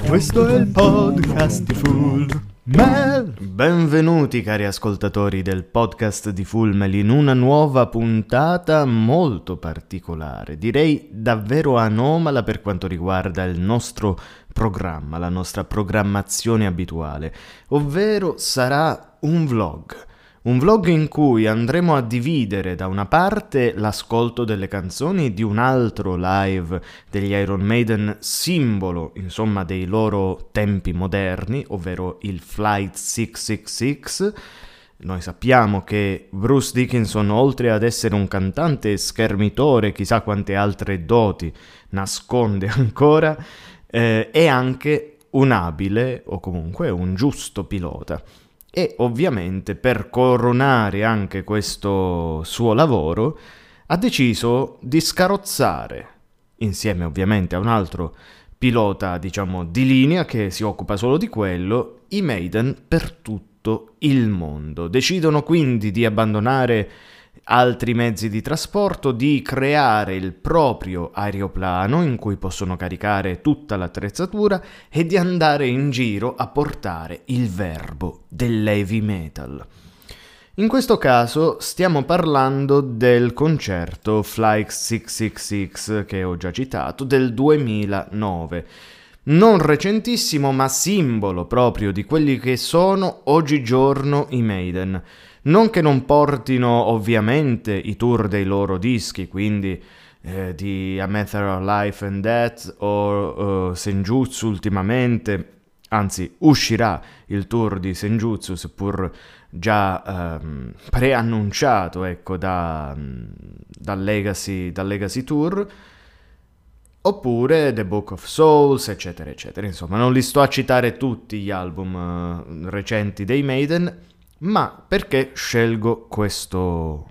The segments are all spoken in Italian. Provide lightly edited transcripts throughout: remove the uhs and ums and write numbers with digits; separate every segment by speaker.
Speaker 1: Questo è il podcast di Full Mel. Benvenuti cari ascoltatori del podcast di Full Mel in una nuova puntata molto particolare, direi davvero anomala per quanto riguarda il nostro programma, la nostra programmazione abituale, ovvero sarà un vlog in cui andremo a dividere da una parte l'ascolto delle canzoni di un altro live degli Iron Maiden, simbolo insomma dei loro tempi moderni, ovvero il Flight 666. Noi sappiamo che Bruce Dickinson, oltre ad essere un cantante schermitore, chissà quante altre doti nasconde ancora, è anche un abile o comunque un giusto pilota. E ovviamente per coronare anche questo suo lavoro ha deciso di scarrozzare, insieme ovviamente a un altro pilota diciamo di linea che si occupa solo di quello, i Maiden per tutto il mondo. Decidono quindi di abbandonare altri mezzi di trasporto, di creare il proprio aeroplano in cui possono caricare tutta l'attrezzatura e di andare in giro a portare il verbo dell'heavy metal. In questo caso stiamo parlando del concerto Flight 666 che ho già citato del 2009. Non recentissimo ma simbolo proprio di quelli che sono oggigiorno i Maiden. Non che non portino ovviamente i tour dei loro dischi, quindi di A Matter of Life and Death o Senjutsu ultimamente, anzi uscirà il tour di Senjutsu seppur già preannunciato ecco, dal Legacy Tour, oppure The Book of Souls, eccetera, eccetera. Insomma, non li sto a citare tutti gli album recenti dei Maiden, ma perché scelgo questo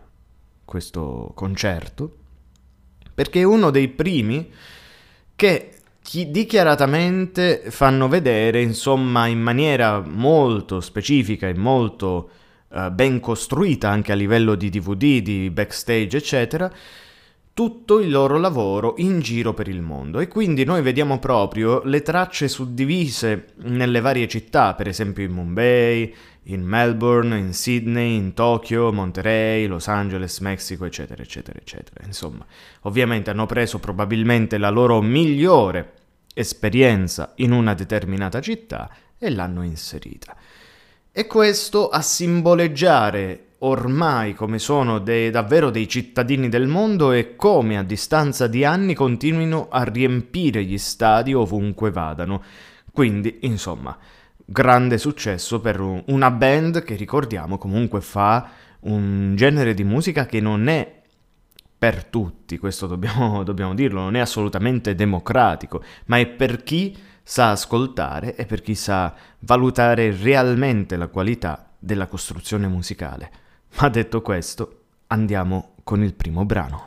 Speaker 1: concerto? Perché è uno dei primi che dichiaratamente fanno vedere, insomma, in maniera molto specifica e molto ben costruita anche a livello di DVD, di backstage, eccetera, tutto il loro lavoro in giro per il mondo. E quindi noi vediamo proprio le tracce suddivise nelle varie città, per esempio in Mumbai, in Melbourne, in Sydney, in Tokyo, Monterey, Los Angeles, Messico, eccetera, eccetera, eccetera. Insomma, ovviamente hanno preso probabilmente la loro migliore esperienza in una determinata città e l'hanno inserita. E questo a simboleggiare ormai come sono davvero dei cittadini del mondo e come a distanza di anni continuino a riempire gli stadi ovunque vadano. Quindi, insomma, grande successo per una band che, ricordiamo, comunque fa un genere di musica che non è per tutti, questo dobbiamo dirlo, non è assolutamente democratico, ma è per chi sa ascoltare e per chi sa valutare realmente la qualità della costruzione musicale. Ma detto questo, andiamo con il primo brano.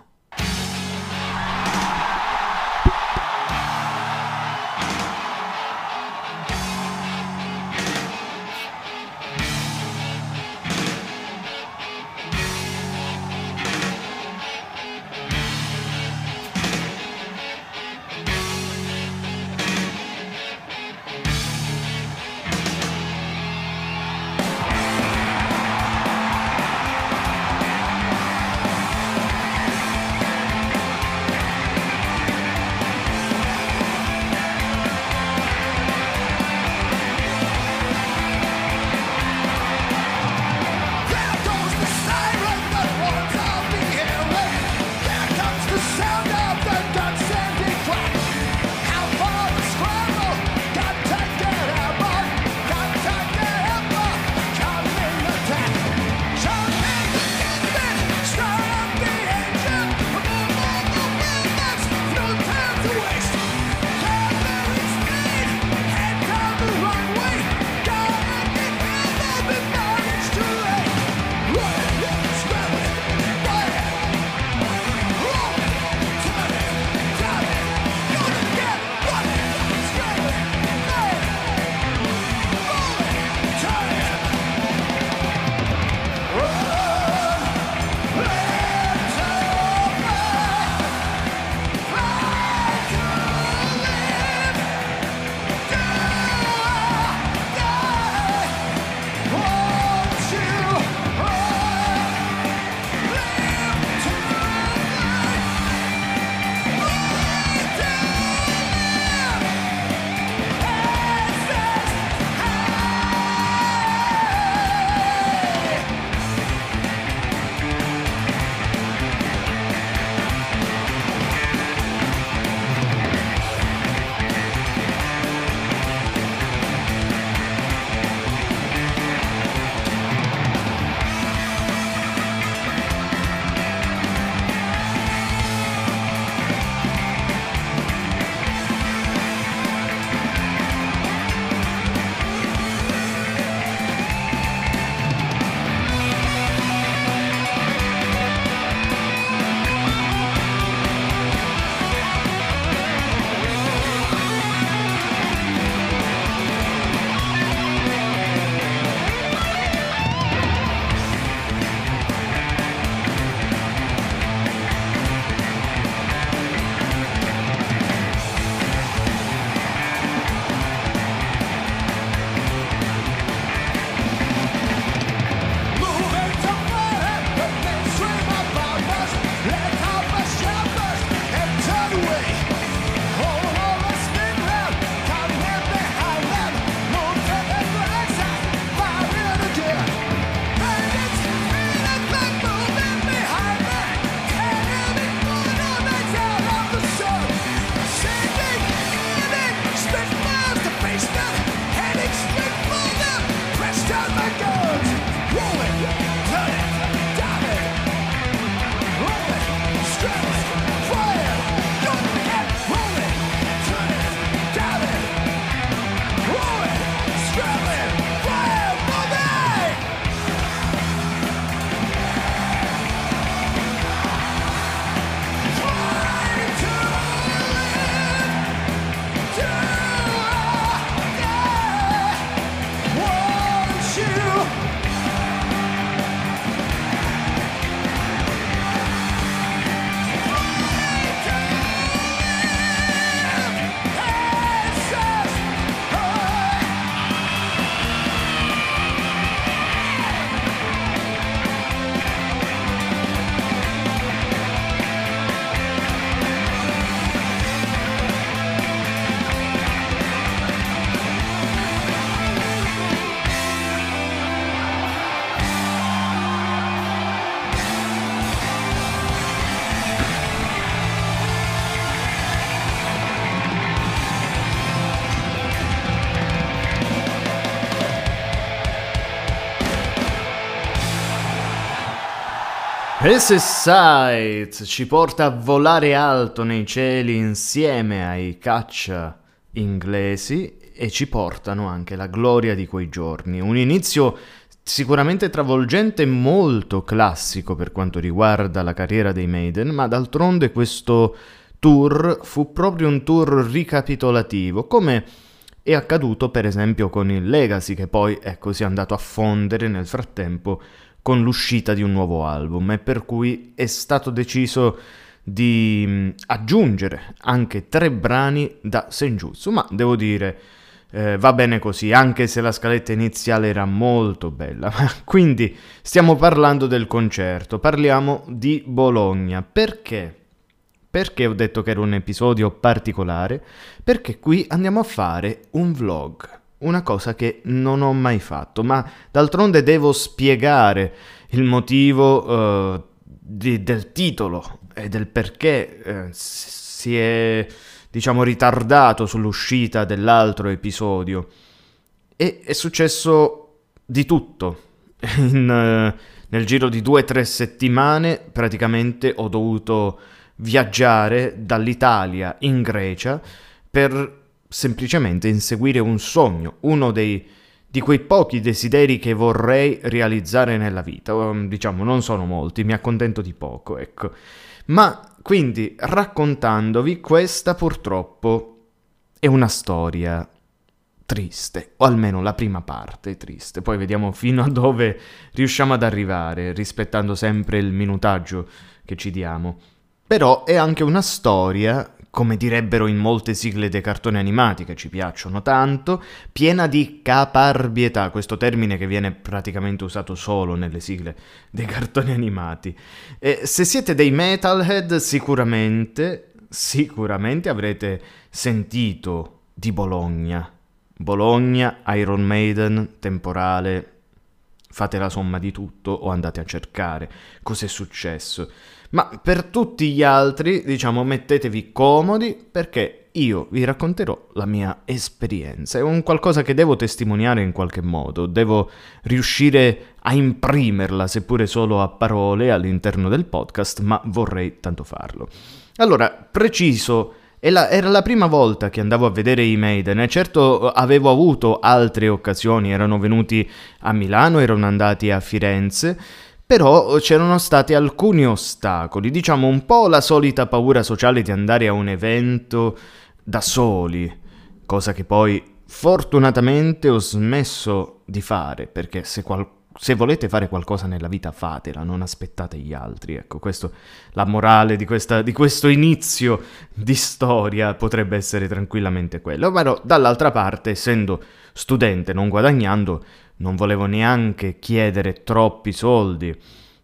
Speaker 1: This is Sight ci porta a volare alto nei cieli insieme ai caccia inglesi e ci portano anche la gloria di quei giorni. Un inizio sicuramente travolgente e molto classico per quanto riguarda la carriera dei Maiden, ma d'altronde questo tour fu proprio un tour ricapitolativo, come è accaduto per esempio con il Legacy, che poi si è andato a fondere nel frattempo con l'uscita di un nuovo album, e per cui è stato deciso di aggiungere anche 3 brani da Senjutsu, ma devo dire va bene così, anche se la scaletta iniziale era molto bella. Quindi stiamo parlando del concerto, parliamo di Bologna. Perché? Perché ho detto che era un episodio particolare? Perché qui andiamo a fare un vlog. Una cosa che non ho mai fatto, ma d'altronde devo spiegare il motivo del titolo e del perché si è, diciamo, ritardato sull'uscita dell'altro episodio. E è successo di tutto. Nel giro di 2-3 settimane praticamente ho dovuto viaggiare dall'Italia in Grecia per semplicemente inseguire un sogno, uno di quei pochi desideri che vorrei realizzare nella vita. Diciamo, non sono molti, mi accontento di poco, ecco. Ma quindi, raccontandovi, questa purtroppo è una storia triste, o almeno la prima parte è triste. Poi vediamo fino a dove riusciamo ad arrivare, rispettando sempre il minutaggio che ci diamo. Però è anche una storia, come direbbero in molte sigle dei cartoni animati che ci piacciono tanto, piena di caparbietà, questo termine che viene praticamente usato solo nelle sigle dei cartoni animati. E se siete dei metalhead sicuramente avrete sentito di Bologna. Bologna, Iron Maiden, temporale, fate la somma di tutto o andate a cercare cos'è successo. Ma per tutti gli altri, diciamo, mettetevi comodi perché io vi racconterò la mia esperienza. È un qualcosa che devo testimoniare in qualche modo, devo riuscire a imprimerla, seppure solo a parole, all'interno del podcast, ma vorrei tanto farlo. Allora, preciso, era la prima volta che andavo a vedere i Maiden, e certo avevo avuto altre occasioni, erano venuti a Milano, erano andati a Firenze, però c'erano stati alcuni ostacoli, diciamo un po' la solita paura sociale di andare a un evento da soli, cosa che poi fortunatamente ho smesso di fare, perché se volete fare qualcosa nella vita fatela, non aspettate gli altri, ecco, questo, la morale di questo inizio di storia potrebbe essere tranquillamente quello. Però dall'altra parte, essendo studente, non guadagnando, non volevo neanche chiedere troppi soldi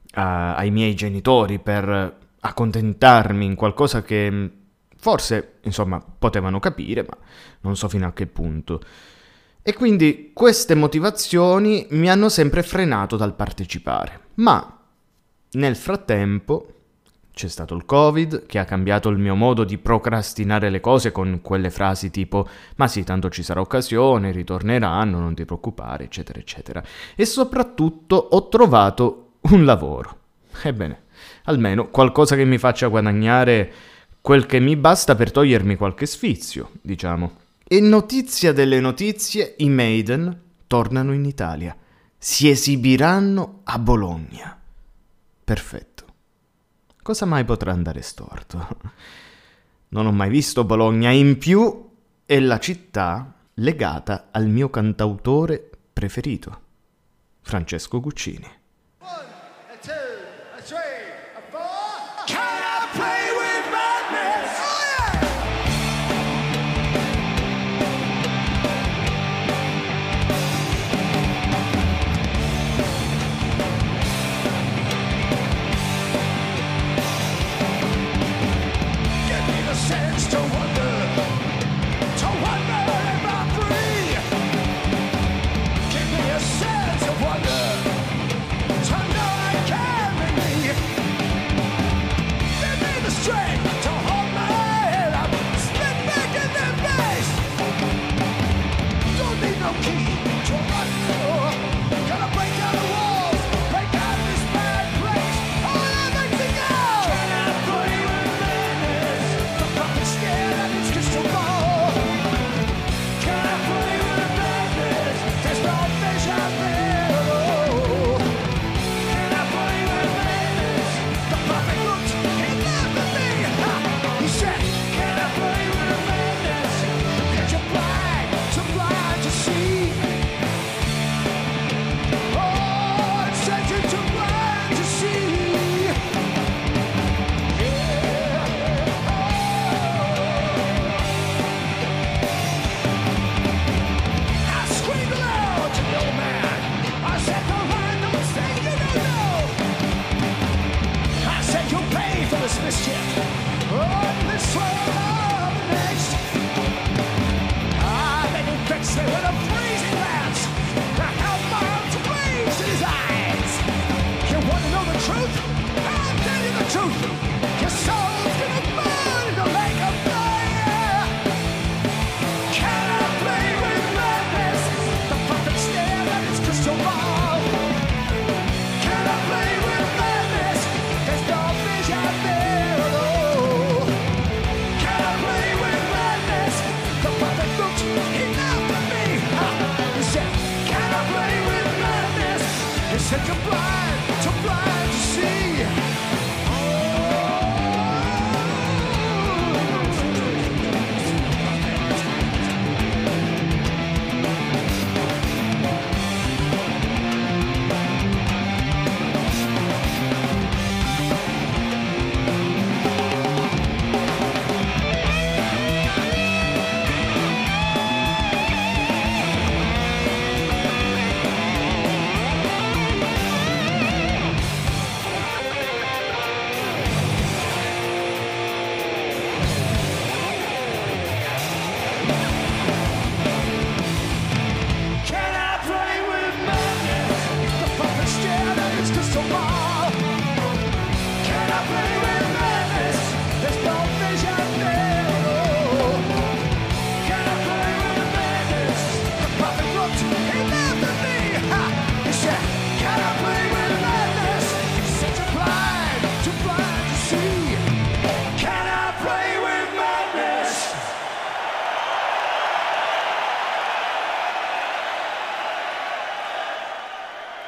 Speaker 1: ai miei genitori per accontentarmi in qualcosa che forse, insomma, potevano capire, ma non so fino a che punto. E quindi queste motivazioni mi hanno sempre frenato dal partecipare. Ma nel frattempo c'è stato il Covid, che ha cambiato il mio modo di procrastinare le cose con quelle frasi tipo «ma sì, tanto ci sarà occasione, ritorneranno, non ti preoccupare», eccetera, eccetera. E soprattutto ho trovato un lavoro. Ebbene, almeno qualcosa che mi faccia guadagnare quel che mi basta per togliermi qualche sfizio, diciamo. E notizia delle notizie, i Maiden tornano in Italia. Si esibiranno a Bologna. Perfetto. Cosa mai potrà andare storto? Non ho mai visto Bologna, in più è la città legata al mio cantautore preferito, Francesco Guccini.
Speaker 2: 1, 2, 3, 4. Can I play with madness? Oh yeah! Give me the sense to wonder if I'm free. Give me a sense of wonder.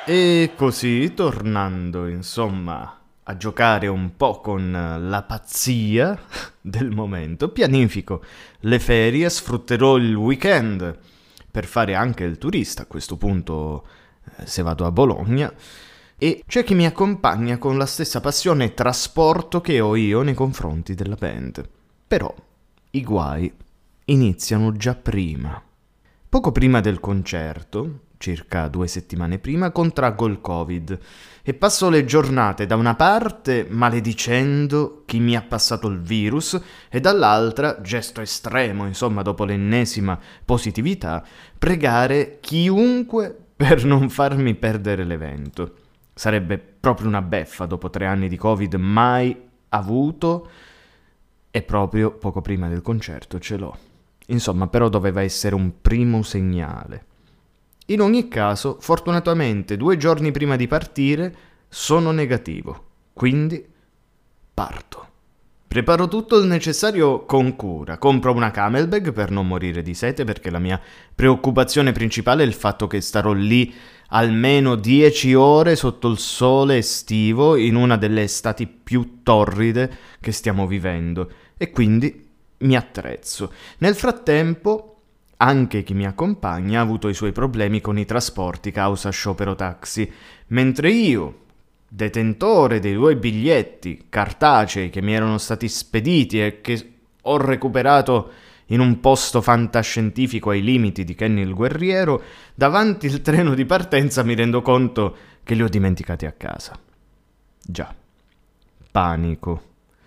Speaker 1: E così, tornando insomma a giocare un po' con la pazzia del momento, pianifico le ferie, sfrutterò il weekend per fare anche il turista, a questo punto se vado a Bologna, e c'è chi mi accompagna con la stessa passione e trasporto che ho io nei confronti della band. Però i guai iniziano già prima. Poco prima del concerto, circa 2 settimane prima, contraggo il Covid e passo le giornate da una parte maledicendo chi mi ha passato il virus e dall'altra, gesto estremo, insomma, dopo l'ennesima positività, pregare chiunque per non farmi perdere l'evento. Sarebbe proprio una beffa dopo 3 anni di Covid mai avuto e proprio poco prima del concerto ce l'ho. Insomma, però doveva essere un primo segnale. In ogni caso, fortunatamente 2 giorni prima di partire sono negativo, quindi parto. Preparo tutto il necessario con cura, compro una Camelbag per non morire di sete perché la mia preoccupazione principale è il fatto che starò lì almeno 10 ore sotto il sole estivo in una delle estati più torride che stiamo vivendo e quindi mi attrezzo. Nel frattempo anche chi mi accompagna ha avuto i suoi problemi con i trasporti causa sciopero taxi, mentre io, detentore dei 2 biglietti cartacei che mi erano stati spediti e che ho recuperato in un posto fantascientifico ai limiti di Kenny il Guerriero, davanti il treno di partenza mi rendo conto che li ho dimenticati a casa. Già, panico.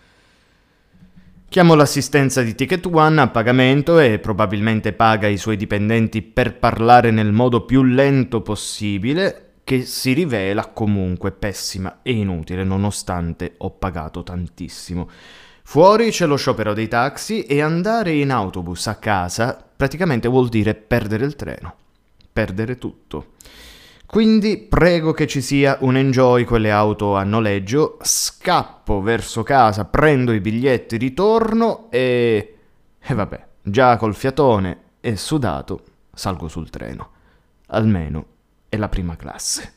Speaker 1: Chiamo l'assistenza di Ticket One a pagamento e probabilmente paga i suoi dipendenti per parlare nel modo più lento possibile, che si rivela comunque pessima e inutile nonostante ho pagato tantissimo. Fuori c'è lo sciopero dei taxi e andare in autobus a casa praticamente vuol dire perdere il treno, perdere tutto. Quindi prego che ci sia un Enjoy, quelle auto a noleggio, scappo verso casa, prendo i biglietti, ritorno e vabbè, già col fiatone e sudato salgo sul treno. Almeno è la prima classe.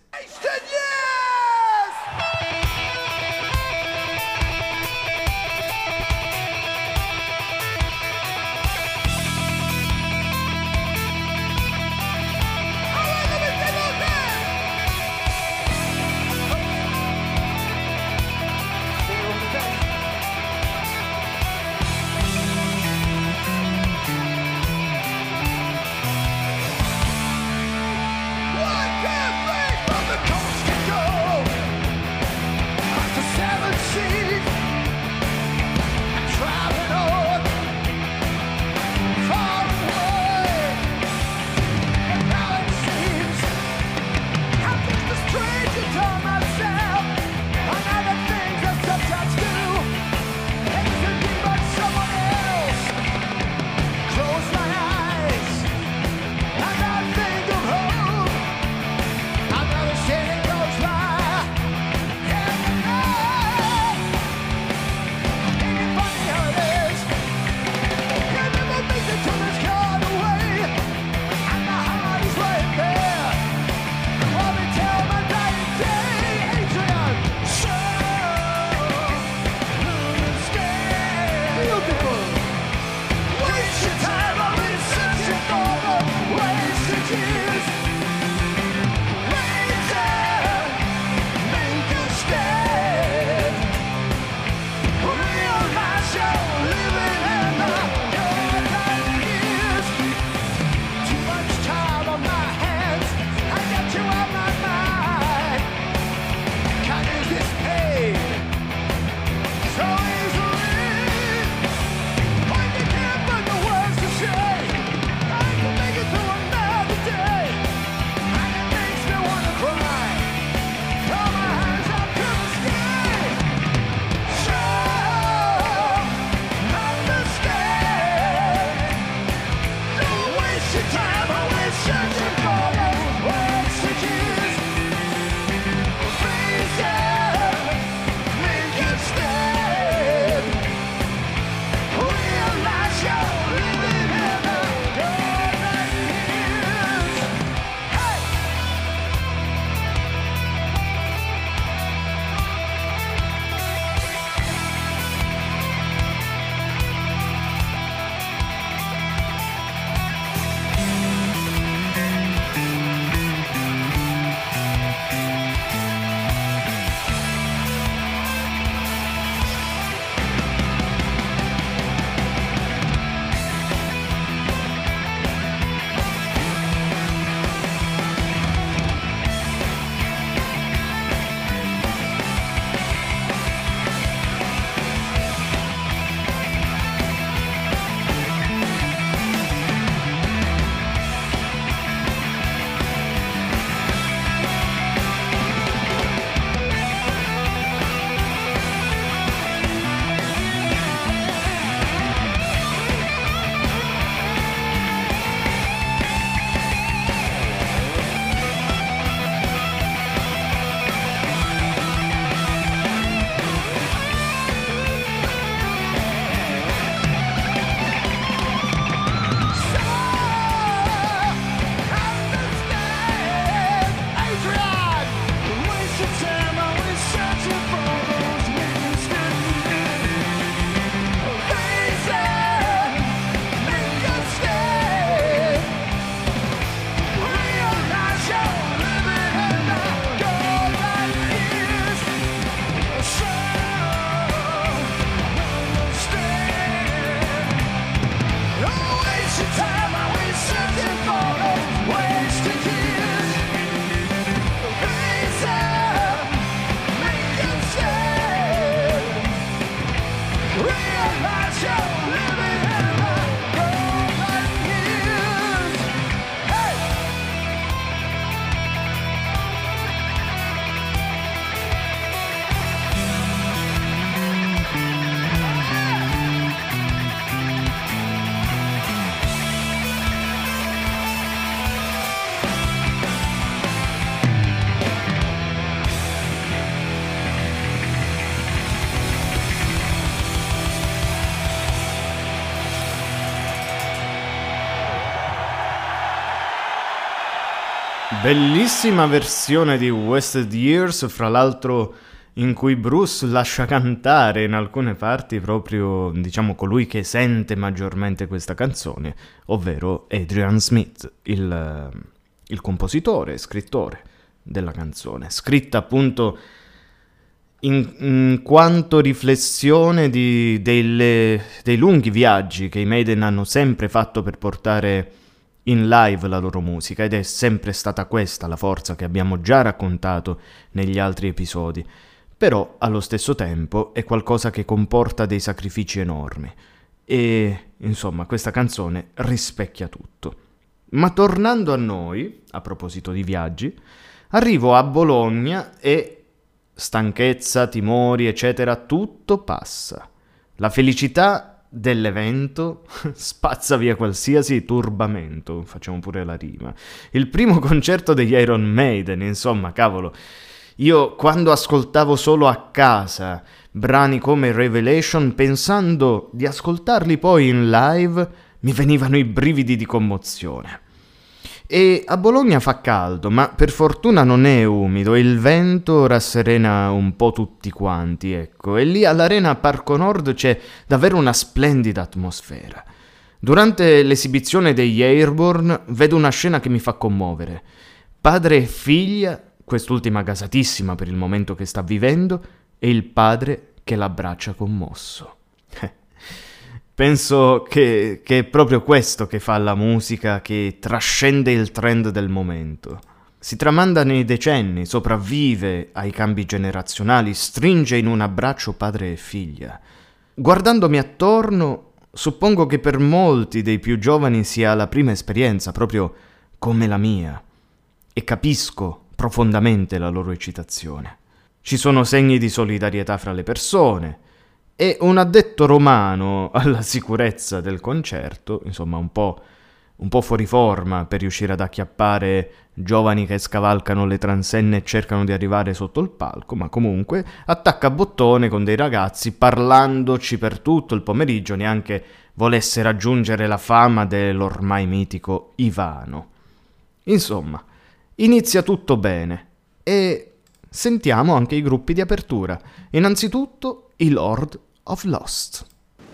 Speaker 1: Bellissima versione di Wasted Years, fra l'altro in cui Bruce lascia cantare in alcune parti proprio, diciamo, colui che sente maggiormente questa canzone, ovvero Adrian Smith, il compositore e scrittore della canzone, scritta appunto in quanto riflessione dei lunghi viaggi che i Maiden hanno sempre fatto per portare in live la loro musica, ed è sempre stata questa la forza che abbiamo già raccontato negli altri episodi. Però allo stesso tempo è qualcosa che comporta dei sacrifici enormi e insomma questa canzone rispecchia tutto. Ma tornando a noi, a proposito di viaggi, arrivo a Bologna e stanchezza, timori, eccetera, tutto passa. La felicità dell'evento spazza via qualsiasi turbamento, facciamo pure la rima. Il primo concerto degli Iron Maiden, insomma, cavolo, io quando ascoltavo solo a casa brani come Revelation, pensando di ascoltarli poi in live, mi venivano i brividi di commozione. E a Bologna fa caldo, ma per fortuna non è umido e il vento rasserena un po' tutti quanti, ecco. E lì all'Arena Parco Nord c'è davvero una splendida atmosfera. Durante l'esibizione degli Airborne vedo una scena che mi fa commuovere. Padre e figlia, quest'ultima gasatissima per il momento che sta vivendo, e il padre che l'abbraccia commosso. Penso che è proprio questo che fa la musica, che trascende il trend del momento. Si tramanda nei decenni, sopravvive ai cambi generazionali, stringe in un abbraccio padre e figlia. Guardandomi attorno, suppongo che per molti dei più giovani sia la prima esperienza, proprio come la mia, e capisco profondamente la loro eccitazione. Ci sono segni di solidarietà fra le persone, e un addetto romano alla sicurezza del concerto, insomma un po' fuori forma per riuscire ad acchiappare giovani che scavalcano le transenne e cercano di arrivare sotto il palco, ma comunque attacca bottone con dei ragazzi parlandoci per tutto il pomeriggio, neanche volesse raggiungere la fama dell'ormai mitico Ivano. Insomma, inizia tutto bene e sentiamo anche i gruppi di apertura. Innanzitutto i Lord of Lost.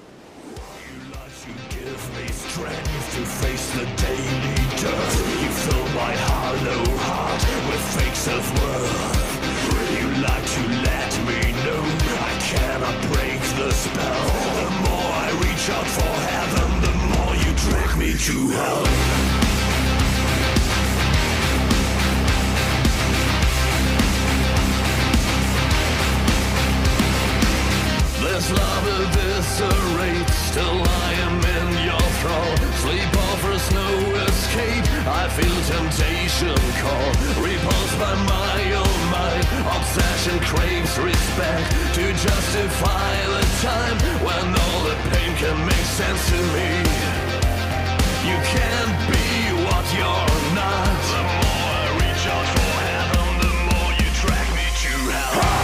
Speaker 3: This love eviscerates, still I am in your thrall. Sleep offers no escape, I feel temptation call. Repulsed by my own mind, obsession craves respect. To justify the time when all the pain can make sense to me. You can't be what you're not. The more I reach out for heaven, the more you drag me to hell.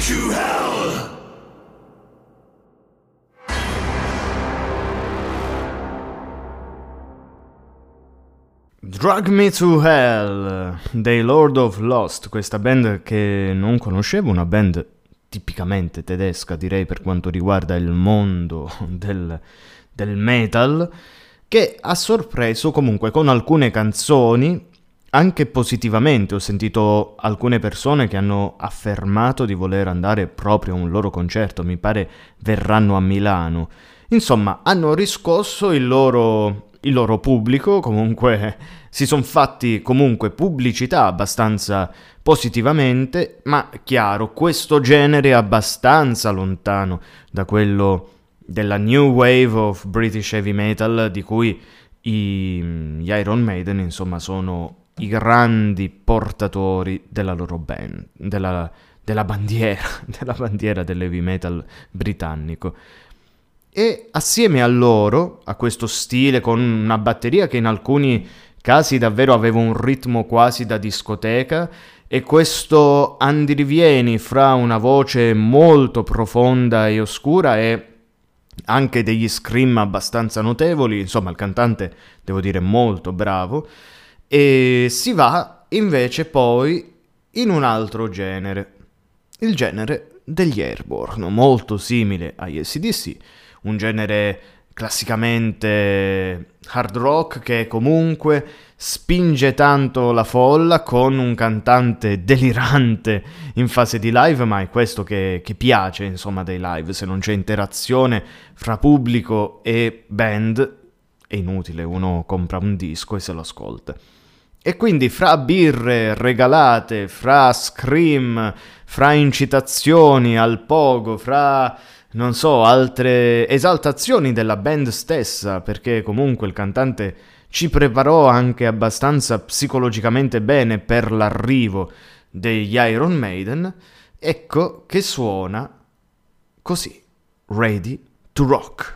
Speaker 3: to hell.
Speaker 1: Drag Me to Hell dei Lord of Lost, questa band che non conoscevo, una band tipicamente tedesca, direi, per quanto riguarda il mondo del metal, che ha sorpreso comunque con alcune canzoni, anche positivamente. Ho sentito alcune persone che hanno affermato di voler andare proprio a un loro concerto, mi pare verranno a Milano. Insomma, hanno riscosso il loro pubblico, comunque si sono fatti comunque pubblicità abbastanza positivamente, ma chiaro, questo genere è abbastanza lontano da quello della New Wave of British Heavy Metal di cui gli Iron Maiden, insomma, sono i grandi portatori della loro band, della bandiera dell'heavy metal britannico. E assieme a loro, a questo stile con una batteria che in alcuni casi davvero aveva un ritmo quasi da discoteca, e questo andirivieni fra una voce molto profonda e oscura e anche degli scream abbastanza notevoli, insomma il cantante devo dire molto bravo, e si va invece poi in un altro genere, il genere degli Airborne, molto simile agli AC/DC, un genere classicamente hard rock che comunque spinge tanto la folla con un cantante delirante in fase di live, ma è questo che piace, insomma, dei live. Se non c'è interazione fra pubblico e band è inutile, uno compra un disco e se lo ascolta. E quindi fra birre regalate, fra scream, fra incitazioni al pogo, fra non so, altre esaltazioni della band stessa, perché comunque il cantante ci preparò anche abbastanza psicologicamente bene per l'arrivo degli Iron Maiden, ecco che suona così, Ready to Rock.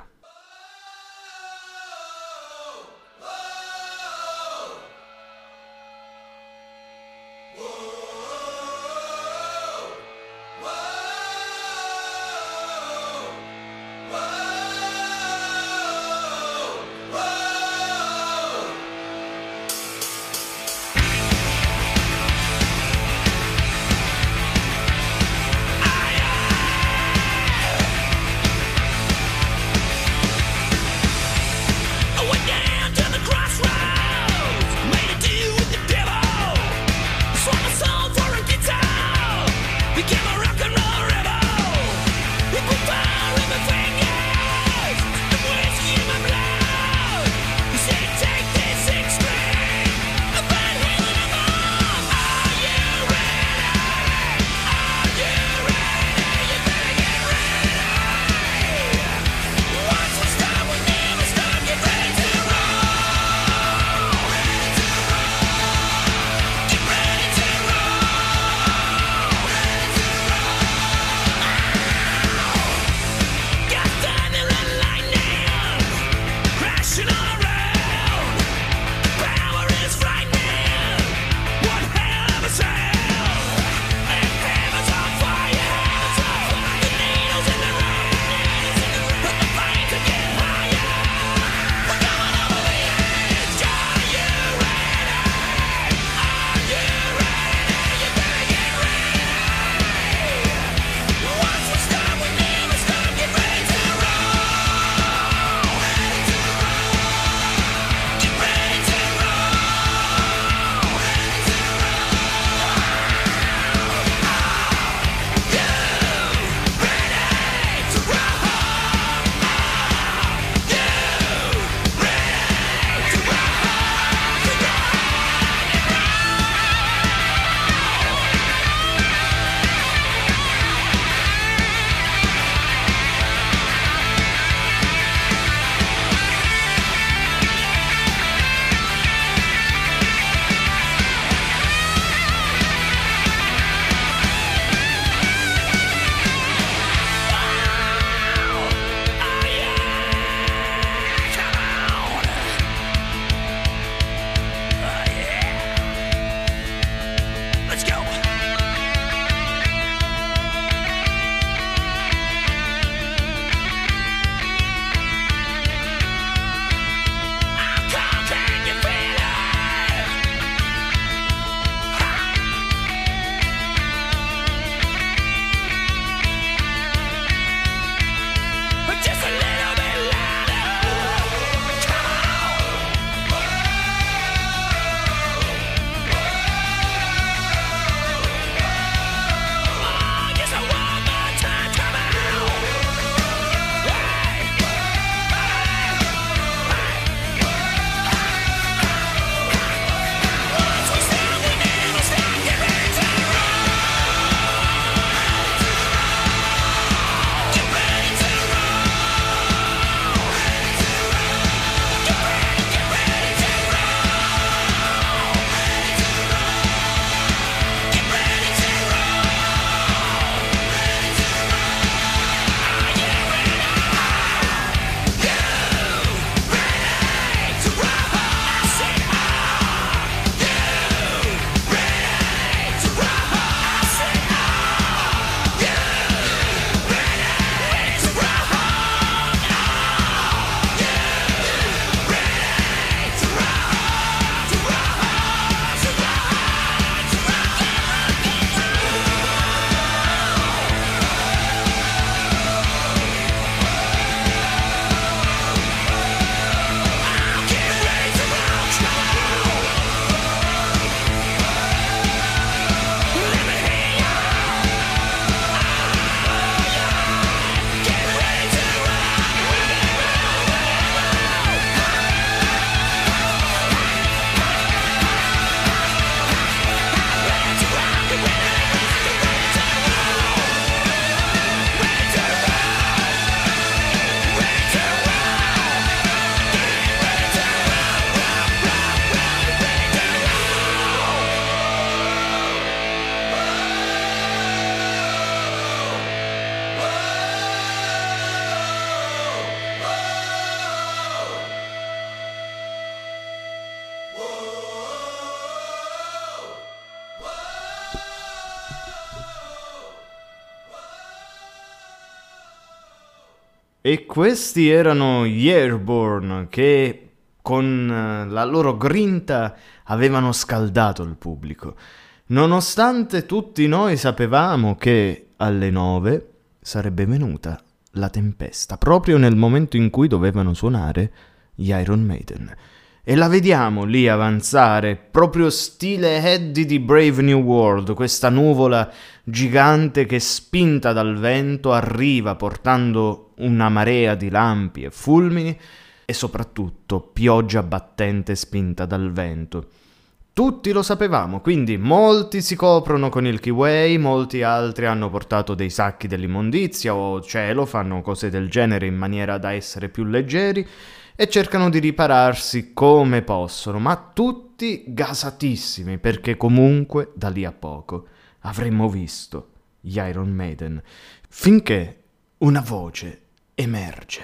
Speaker 1: E questi erano gli Airborne che con la loro grinta avevano scaldato il pubblico, nonostante tutti noi sapevamo che alle 9 sarebbe venuta la tempesta, proprio nel momento in cui dovevano suonare gli Iron Maiden. E la vediamo lì avanzare, proprio stile Eddie di Brave New World, questa nuvola gigante che, spinta dal vento, arriva portando una marea di lampi e fulmini e soprattutto pioggia battente spinta dal vento. Tutti lo sapevamo, quindi molti si coprono con il kiwi, molti altri hanno portato dei sacchi dell'immondizia o cielo, fanno cose del genere in maniera da essere più leggeri e cercano di ripararsi come possono, ma tutti gasatissimi, perché comunque da lì a poco avremmo visto gli Iron Maiden, finché una voce emerge.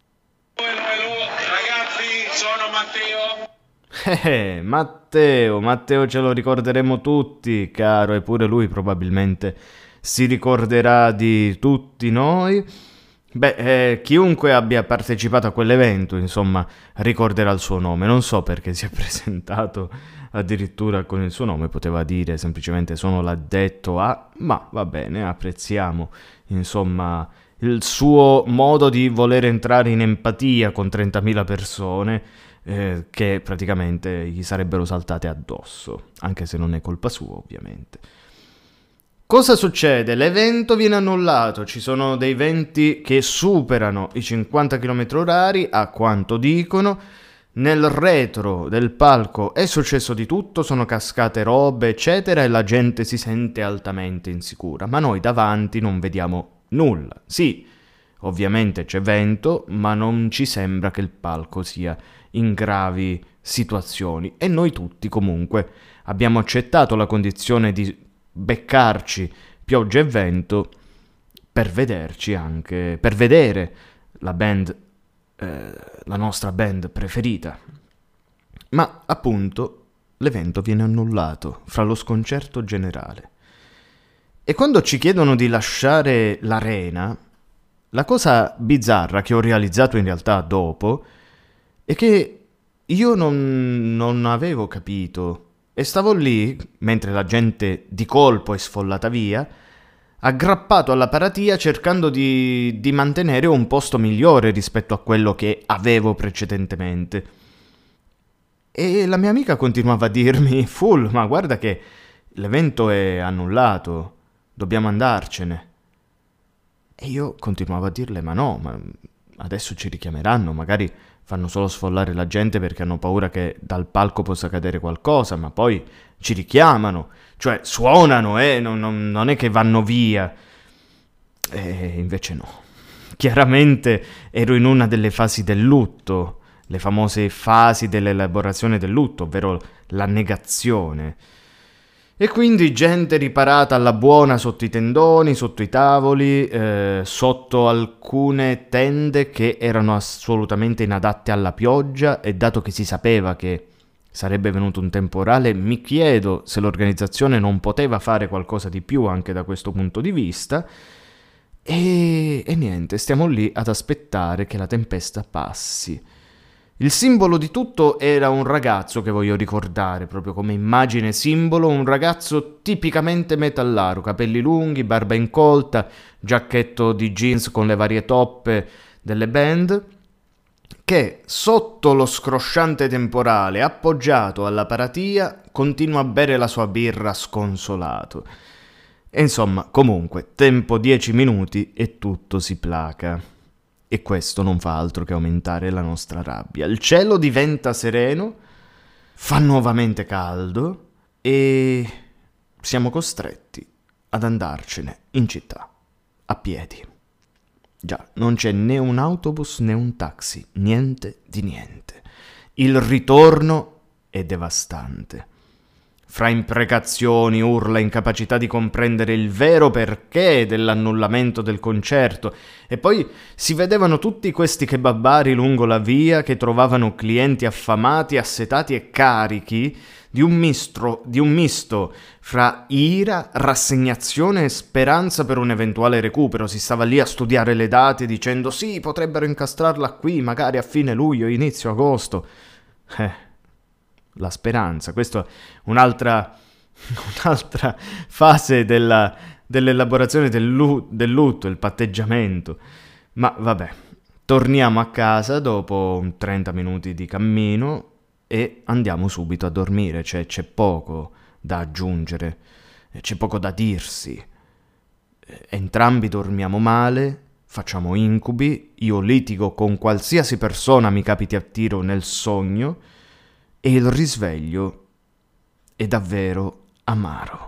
Speaker 4: Ragazzi, sono Matteo.
Speaker 1: Matteo ce lo ricorderemo tutti, caro, eppure lui probabilmente si ricorderà di tutti noi. Chiunque abbia partecipato a quell'evento, insomma, ricorderà il suo nome. Non so perché si è presentato addirittura con il suo nome, poteva dire semplicemente sono l'addetto a, ma va bene, apprezziamo, insomma, il suo modo di voler entrare in empatia con 30.000 persone che praticamente gli sarebbero saltate addosso, anche se non è colpa sua, ovviamente. Cosa succede? L'evento viene annullato, ci sono dei venti che superano i 50 km/h, a quanto dicono. Nel retro del palco è successo di tutto, sono cascate robe, eccetera, e la gente si sente altamente insicura, ma noi davanti non vediamo nulla. Sì, ovviamente c'è vento, ma non ci sembra che il palco sia in gravi situazioni, e noi tutti comunque abbiamo accettato la condizione di beccarci pioggia e vento per vederci anche, per vedere la band, la nostra band preferita. Ma appunto l'evento viene annullato fra lo sconcerto generale. E quando ci chiedono di lasciare l'arena, la cosa bizzarra che ho realizzato in realtà dopo è che io non avevo capito. E stavo lì, mentre la gente di colpo è sfollata via, aggrappato alla paratia cercando di mantenere un posto migliore rispetto a quello che avevo precedentemente. E la mia amica continuava a dirmi: Full, ma guarda che l'evento è annullato, dobbiamo andarcene. E io continuavo a dirle: ma no, ma adesso ci richiameranno, magari fanno solo sfollare la gente perché hanno paura che dal palco possa cadere qualcosa, ma poi ci richiamano, cioè suonano, non è che vanno via. E invece no. Chiaramente ero in una delle fasi del lutto, le famose fasi dell'elaborazione del lutto, ovvero la negazione. E quindi gente riparata alla buona sotto i tendoni, sotto i tavoli, sotto alcune tende che erano assolutamente inadatte alla pioggia, e dato che si sapeva che sarebbe venuto un temporale, mi chiedo se l'organizzazione non poteva fare qualcosa di più anche da questo punto di vista. E niente, stiamo lì ad aspettare che la tempesta passi. Il simbolo di tutto era un ragazzo che voglio ricordare, proprio come immagine simbolo, un ragazzo tipicamente metallaro, capelli lunghi, barba incolta, giacchetto di jeans con le varie toppe delle band, che sotto lo scrosciante temporale, appoggiato alla paratia, continua a bere la sua birra sconsolato. E insomma, comunque, tempo 10 minuti e tutto si placa. E questo non fa altro che aumentare la nostra rabbia. Il cielo diventa sereno, fa nuovamente caldo e siamo costretti ad andarcene in città, a piedi. Già, non c'è né un autobus né un taxi, niente di niente. Il ritorno è devastante. Fra imprecazioni, urla, incapacità di comprendere il vero perché dell'annullamento del concerto, e poi si vedevano tutti questi kebabari lungo la via che trovavano clienti affamati, assetati e carichi di un misto fra ira, rassegnazione e speranza per un eventuale recupero. Si stava lì a studiare le date dicendo sì, potrebbero incastrarla qui, magari a fine luglio, inizio agosto. La speranza, questa è un'altra fase dell'elaborazione del lutto, il patteggiamento. Ma vabbè, torniamo a casa dopo 30 minuti di cammino e andiamo subito a dormire. C'è poco da aggiungere, c'è poco da dirsi. Entrambi dormiamo male, facciamo incubi, io litigo con qualsiasi persona mi capiti a tiro nel sogno e il risveglio è davvero amaro.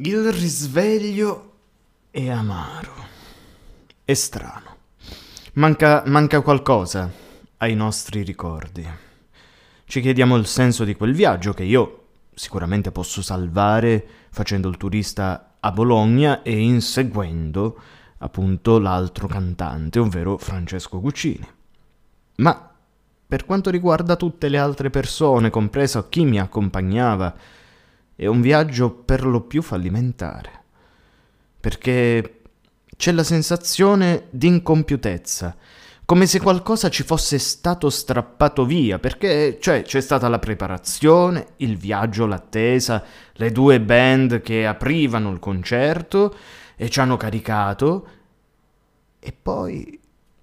Speaker 1: Il risveglio è amaro, è strano. Manca qualcosa ai nostri ricordi. Ci chiediamo il senso di quel viaggio che io sicuramente posso salvare facendo il turista a Bologna e inseguendo appunto l'altro cantante, ovvero Francesco Guccini. Ma per quanto riguarda tutte le altre persone, compreso chi mi accompagnava, è un viaggio per lo più fallimentare, perché c'è la sensazione di incompiutezza, come se qualcosa ci fosse stato strappato via, perché c'è stata la preparazione, il viaggio, l'attesa, le due band che aprivano il concerto e ci hanno caricato, e poi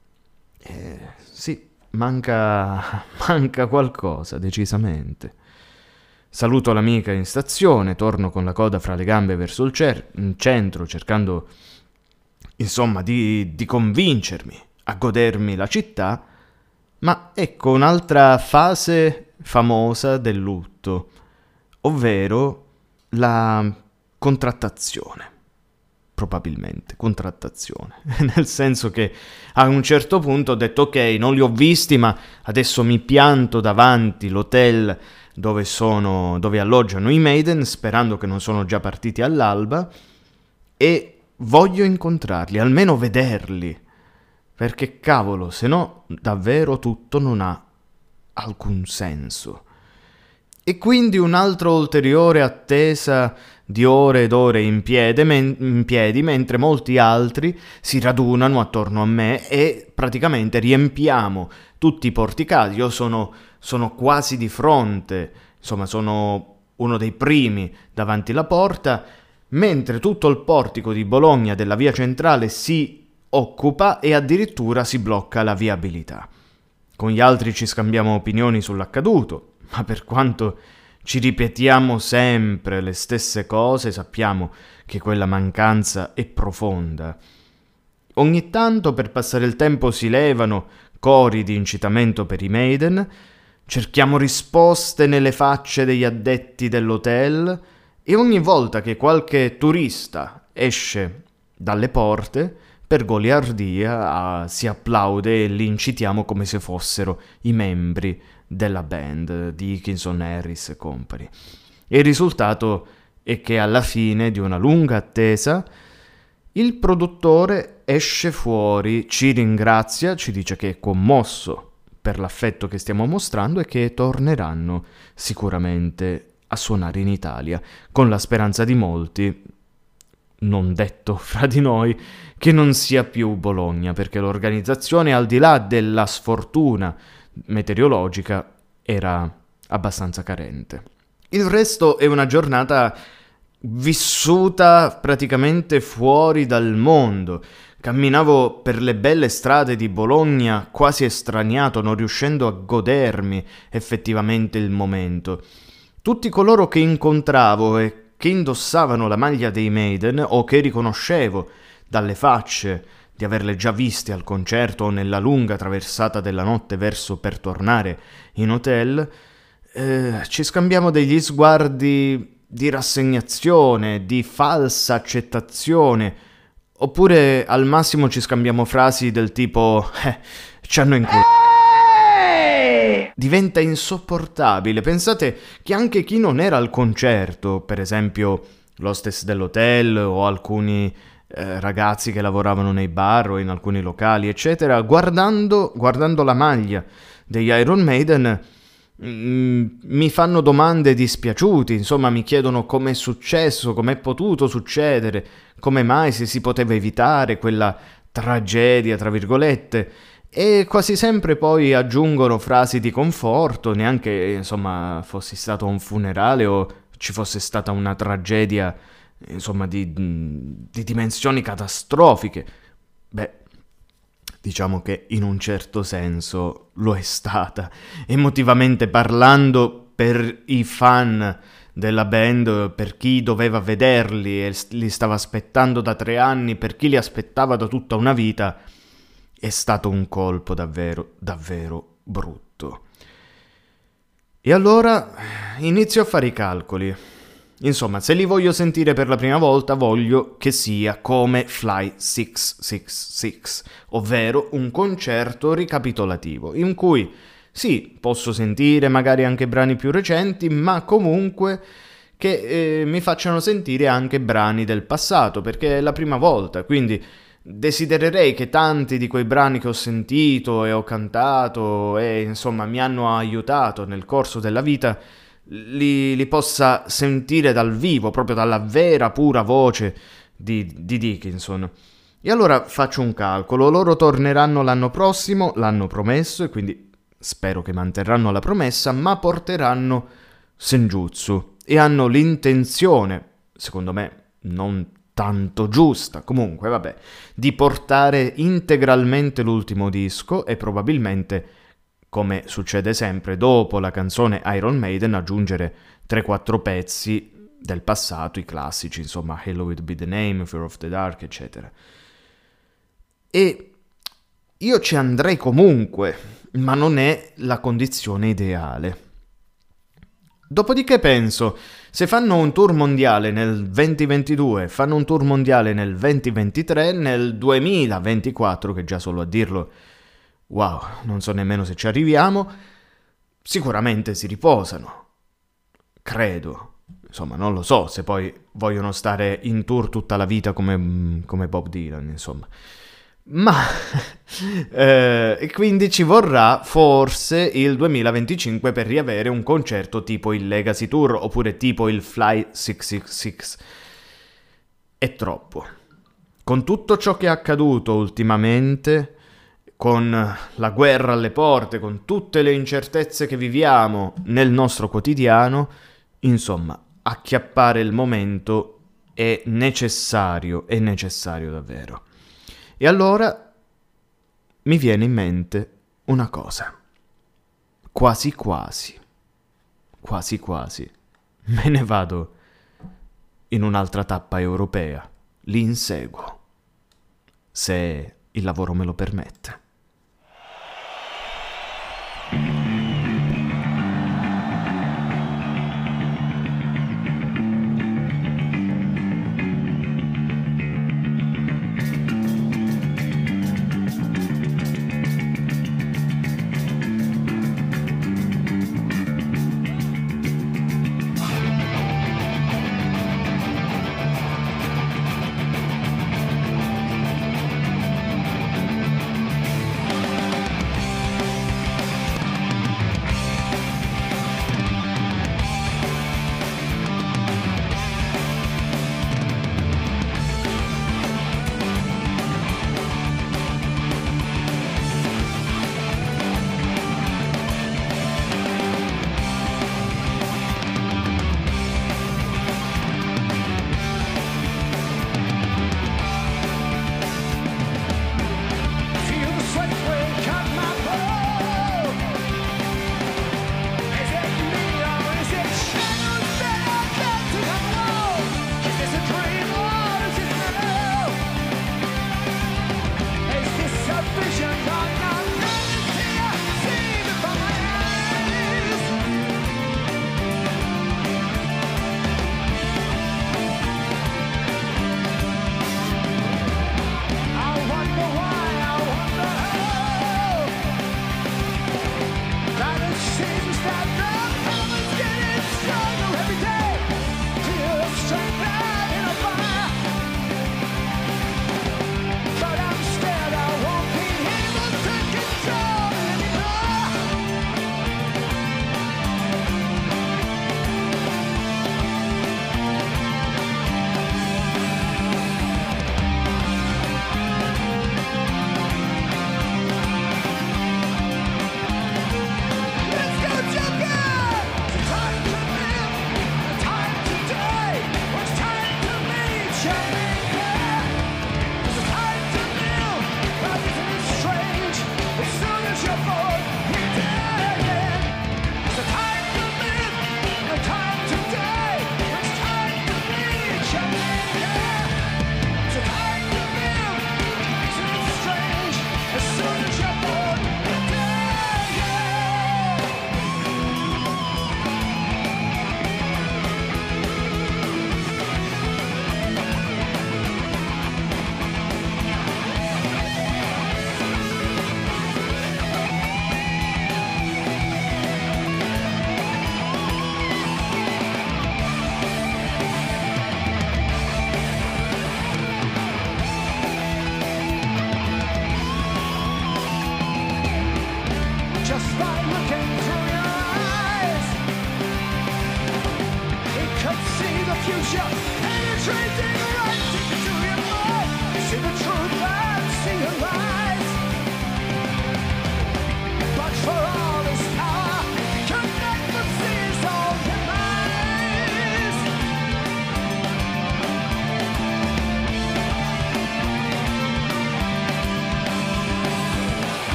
Speaker 1: sì, manca qualcosa, decisamente. Saluto l'amica in stazione, torno con la coda fra le gambe verso il centro, cercando insomma di convincermi a godermi la città, ma ecco un'altra fase famosa del lutto, ovvero la contrattazione. Probabilmente contrattazione, nel senso che a un certo punto ho detto ok, non li ho visti, ma adesso mi pianto davanti l'hotel dove alloggiano i Maiden, sperando che non sono già partiti all'alba, e voglio incontrarli, almeno vederli, perché cavolo, se no davvero tutto non ha alcun senso. E quindi un'altra ulteriore attesa di ore ed ore in piedi, mentre molti altri si radunano attorno a me e praticamente riempiamo tutti i porticati. Io sono quasi di fronte, insomma sono uno dei primi davanti alla porta, mentre tutto il portico di Bologna della via centrale si occupa e addirittura si blocca la viabilità. Con gli altri ci scambiamo opinioni sull'accaduto, ma per quanto ci ripetiamo sempre le stesse cose, sappiamo che quella mancanza è profonda. Ogni tanto per passare il tempo si levano cori di incitamento per i Maiden, cerchiamo risposte nelle facce degli addetti dell'hotel e ogni volta che qualche turista esce dalle porte, per goliardia si applaude e li incitiamo come se fossero i membri della band di Dickinson, Harris e company. E il risultato è che alla fine di una lunga attesa il produttore esce fuori, ci ringrazia, ci dice che è commosso per l'affetto che stiamo mostrando e che torneranno sicuramente a suonare in Italia, con la speranza di molti, non detto fra di noi, che non sia più Bologna, perché l'organizzazione, al di là della sfortuna meteorologica, era abbastanza carente. Il resto è una giornata vissuta praticamente fuori dal mondo. Camminavo per le belle strade di Bologna quasi estraniato, non riuscendo a godermi effettivamente il momento. Tutti coloro che incontravo e che indossavano la maglia dei Maiden o che riconoscevo dalle facce di averle già viste al concerto o nella lunga traversata della notte per tornare in hotel, ci scambiamo degli sguardi di rassegnazione, di falsa accettazione, oppure al massimo ci scambiamo frasi del tipo ci hanno inculato. Diventa insopportabile. Pensate che anche chi non era al concerto, per esempio l'hostess dell'hotel o alcuni ragazzi che lavoravano nei bar o in alcuni locali, eccetera, guardando la maglia degli Iron Maiden, mi fanno domande dispiaciuti, insomma mi chiedono com'è successo, com'è potuto succedere, come mai si poteva evitare quella tragedia, tra virgolette, e quasi sempre poi aggiungono frasi di conforto, neanche insomma fossi stato un funerale o ci fosse stata una tragedia insomma di dimensioni catastrofiche. Beh, diciamo che in un certo senso lo è stata, emotivamente parlando, per i fan della band, per chi doveva vederli e li stava aspettando da 3 anni, per chi li aspettava da tutta una vita. È stato un colpo davvero, davvero brutto. E allora inizio a fare i calcoli. Insomma, se li voglio sentire per la prima volta, voglio che sia come Fly 666, ovvero un concerto ricapitolativo, in cui sì, posso sentire magari anche brani più recenti, ma comunque che mi facciano sentire anche brani del passato, perché è la prima volta, quindi desidererei che tanti di quei brani che ho sentito e ho cantato e insomma mi hanno aiutato nel corso della vita li possa sentire dal vivo, proprio dalla vera pura voce di Dickinson. E allora faccio un calcolo, loro torneranno l'anno prossimo, l'hanno promesso e quindi spero che manterranno la promessa, ma porteranno Senjutsu e hanno l'intenzione, secondo me non tanto giusta, comunque vabbè, di portare integralmente l'ultimo disco e probabilmente, come succede sempre, dopo la canzone Iron Maiden aggiungere 3-4 pezzi del passato, i classici, insomma, Halo Would Be The Name, Fear of the Dark, eccetera. E io ci andrei comunque, ma non è la condizione ideale. Dopodiché penso, se fanno un tour mondiale nel 2022, fanno un tour mondiale nel 2023, nel 2024, che già solo a dirlo, wow, non so nemmeno se ci arriviamo, sicuramente si riposano. Credo. Insomma, non lo so se poi vogliono stare in tour tutta la vita come Bob Dylan, insomma. Ma quindi ci vorrà forse il 2025 per riavere un concerto tipo il Legacy Tour oppure tipo il Fly 666. È troppo. Con tutto ciò che è accaduto ultimamente, con la guerra alle porte, con tutte le incertezze che viviamo nel nostro quotidiano, insomma, acchiappare il momento è necessario davvero. E allora mi viene in mente una cosa. Quasi me ne vado in un'altra tappa europea. Li inseguo, se il lavoro me lo permette.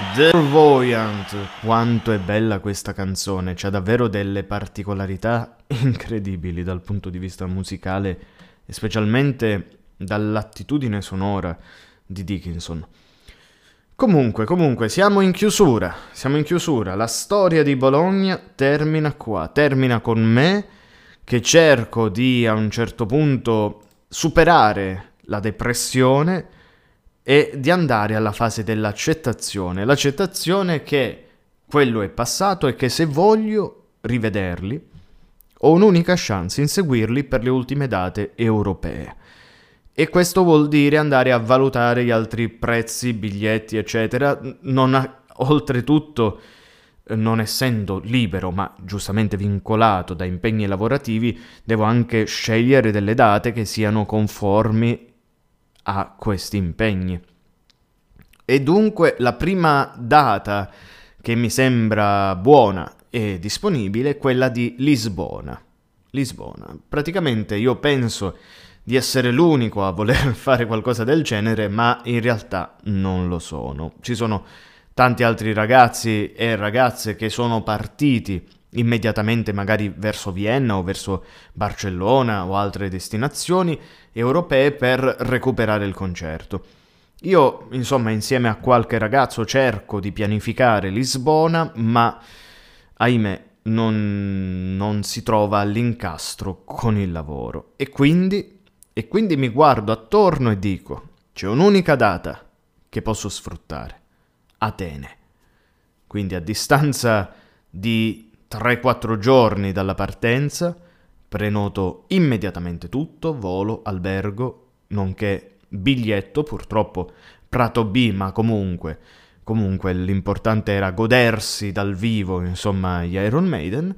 Speaker 1: Clairvoyant. Quanto è bella questa canzone, c'ha davvero delle particolarità incredibili dal punto di vista musicale e specialmente dall'attitudine sonora di Dickinson. Comunque, siamo in chiusura, la storia di Bologna termina qua, termina con me che cerco di a un certo punto superare la depressione e di andare alla fase l'accettazione che quello è passato e che se voglio rivederli ho un'unica chance, inseguirli per le ultime date europee. E questo vuol dire andare a valutare gli altri prezzi, biglietti, eccetera. Oltretutto, non essendo libero, ma giustamente vincolato da impegni lavorativi, devo anche scegliere delle date che siano conformi a questi impegni. E dunque la prima data che mi sembra buona e disponibile è quella di Lisbona. Praticamente io penso di essere l'unico a voler fare qualcosa del genere, ma in realtà non lo sono. Ci sono tanti altri ragazzi e ragazze che sono partiti immediatamente magari verso Vienna o verso Barcellona o altre destinazioni europee per recuperare il concerto. Io, insomma, insieme a qualche ragazzo cerco di pianificare Lisbona, ma ahimè non si trova all'incastro con il lavoro. E quindi mi guardo attorno e dico, c'è un'unica data che posso sfruttare. Atene. Quindi a distanza di 3-4 giorni dalla partenza, prenoto immediatamente tutto, volo, albergo, nonché biglietto, purtroppo Prato B, ma comunque l'importante era godersi dal vivo, insomma, gli Iron Maiden,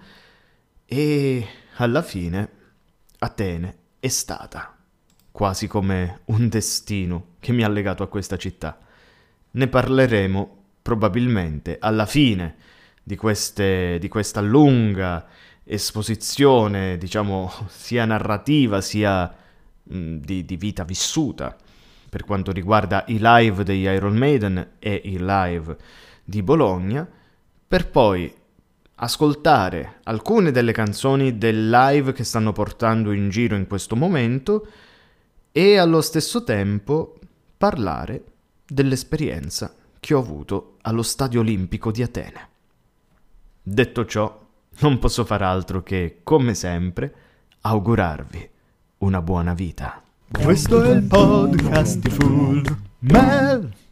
Speaker 1: e alla fine Atene è stata quasi come un destino che mi ha legato a questa città. Ne parleremo probabilmente alla fine di questa lunga esposizione, diciamo, sia narrativa sia di vita vissuta per quanto riguarda i live degli Iron Maiden e i live di Bologna, per poi ascoltare alcune delle canzoni del live che stanno portando in giro in questo momento e allo stesso tempo parlare dell'esperienza che ho avuto allo Stadio Olimpico di Atene. Detto ciò, non posso far altro che, come sempre, augurarvi una buona vita.
Speaker 2: Questo è il podcast di Full Mel.